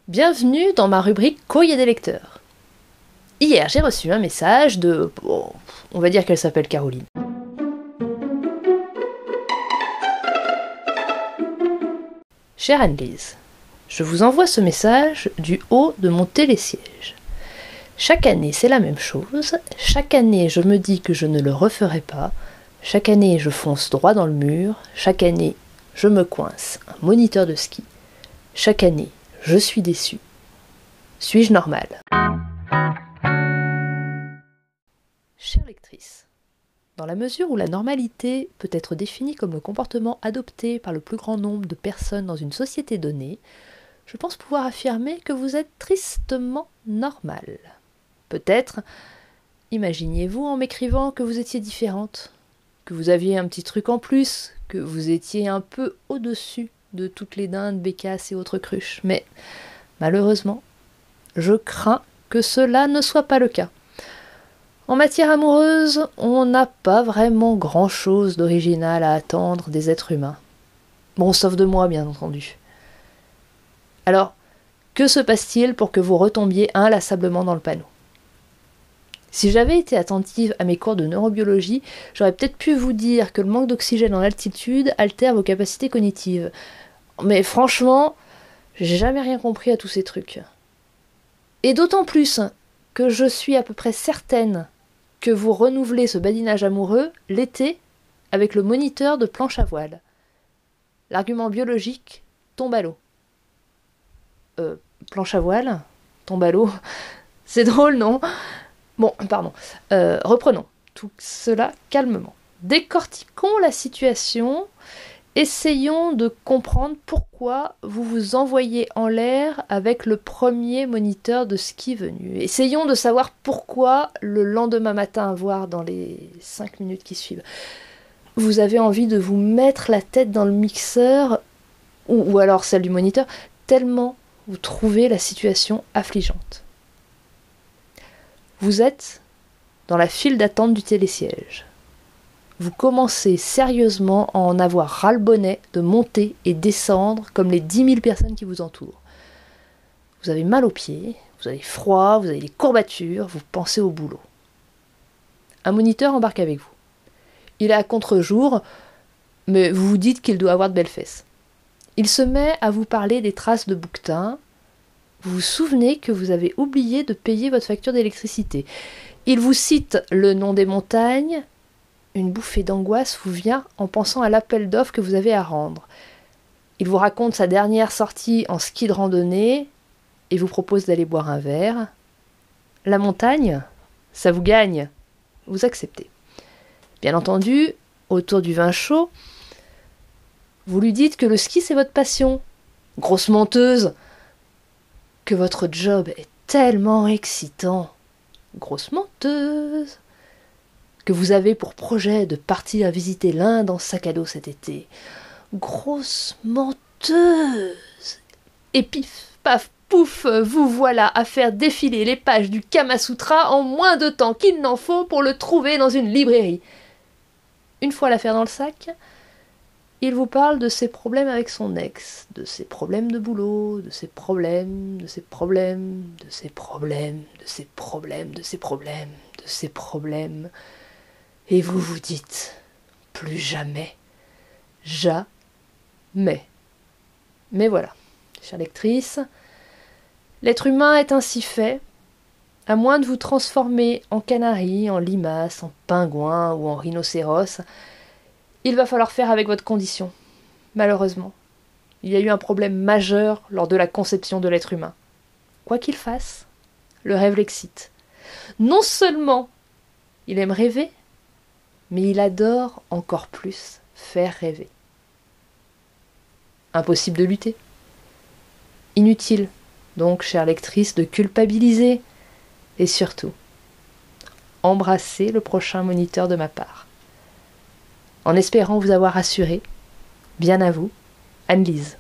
Bienvenue dans ma rubrique courrier des lecteurs. Hier, j'ai reçu un message de... Bon, on va dire qu'elle s'appelle Caroline. Chère Anne-Lise, je vous envoie ce message du haut de mon télésiège. Chaque année, c'est la même chose. Chaque année, je me dis que je ne le referai pas. Chaque année, je fonce droit dans le mur. Chaque année, je me coince un moniteur de ski. Chaque année, je suis déçue. Suis-je normale ? Chère lectrice, dans la mesure où la normalité peut être définie comme le comportement adopté par le plus grand nombre de personnes dans une société donnée, je pense pouvoir affirmer que vous êtes tristement normale. Peut-être imaginiez-vous en m'écrivant que vous étiez différente, que vous aviez un petit truc en plus, que vous étiez un peu au-dessus de toutes les dindes, bécasses et autres cruches. Mais malheureusement, je crains que cela ne soit pas le cas. En matière amoureuse, on n'a pas vraiment grand-chose d'original à attendre des êtres humains. Bon, sauf de moi, bien entendu. Alors, que se passe-t-il pour que vous retombiez inlassablement dans le panneau ? Si j'avais été attentive à mes cours de neurobiologie, j'aurais peut-être pu vous dire que le manque d'oxygène en altitude altère vos capacités cognitives. Mais franchement, j'ai jamais rien compris à tous ces trucs. Et d'autant plus que je suis à peu près certaine que vous renouvelez ce badinage amoureux l'été avec le moniteur de planche à voile. L'argument biologique tombe à l'eau. Planche à voile ? Tombe à l'eau ? C'est drôle, non ? Bon, pardon. Reprenons tout cela calmement. Décortiquons la situation. Essayons de comprendre pourquoi vous vous envoyez en l'air avec le premier moniteur de ski venu. Essayons de savoir pourquoi le lendemain matin, voire dans les 5 minutes qui suivent, vous avez envie de vous mettre la tête dans le mixeur, ou alors celle du moniteur, tellement vous trouvez la situation affligeante. Vous êtes dans la file d'attente du télésiège. Vous commencez sérieusement à en avoir ras-le-bonnet de monter et descendre comme les 10 000 personnes qui vous entourent. Vous avez mal aux pieds, vous avez froid, vous avez des courbatures, vous pensez au boulot. Un moniteur embarque avec vous. Il est à contre-jour, mais vous vous dites qu'il doit avoir de belles fesses. Il se met à vous parler des traces de bouquetin. Vous vous souvenez que vous avez oublié de payer votre facture d'électricité. Il vous cite le nom des montagnes. Une bouffée d'angoisse vous vient en pensant à l'appel d'offres que vous avez à rendre. Il vous raconte sa dernière sortie en ski de randonnée et vous propose d'aller boire un verre. La montagne, ça vous gagne. Vous acceptez. Bien entendu, autour du vin chaud, vous lui dites que le ski c'est votre passion. Grosse menteuse. Que votre job est tellement excitant. Grosse menteuse. Que vous avez pour projet de partir visiter l'Inde en sac à dos cet été. Grosse menteuse. Et pif, paf, pouf, vous voilà à faire défiler les pages du Kama Sutra en moins de temps qu'il n'en faut pour le trouver dans une librairie. Une fois l'affaire dans le sac, il vous parle de ses problèmes avec son ex, de ses problèmes de boulot, de ses problèmes, de ses problèmes, de ses problèmes, de ses problèmes, de ses problèmes, de ses problèmes. Et vous vous dites, plus jamais, jamais. Mais voilà, chère lectrice, l'être humain est ainsi fait, à moins de vous transformer en canari, en limace, en pingouin ou en rhinocéros, il va falloir faire avec votre condition. Malheureusement, il y a eu un problème majeur lors de la conception de l'être humain. Quoi qu'il fasse, le rêve l'excite. Non seulement il aime rêver, mais il adore encore plus faire rêver. Impossible de lutter. Inutile, donc, chère lectrice, de culpabiliser. Et surtout, embrassez le prochain moniteur de ma part. En espérant vous avoir rassuré, bien à vous, Anne-Lise.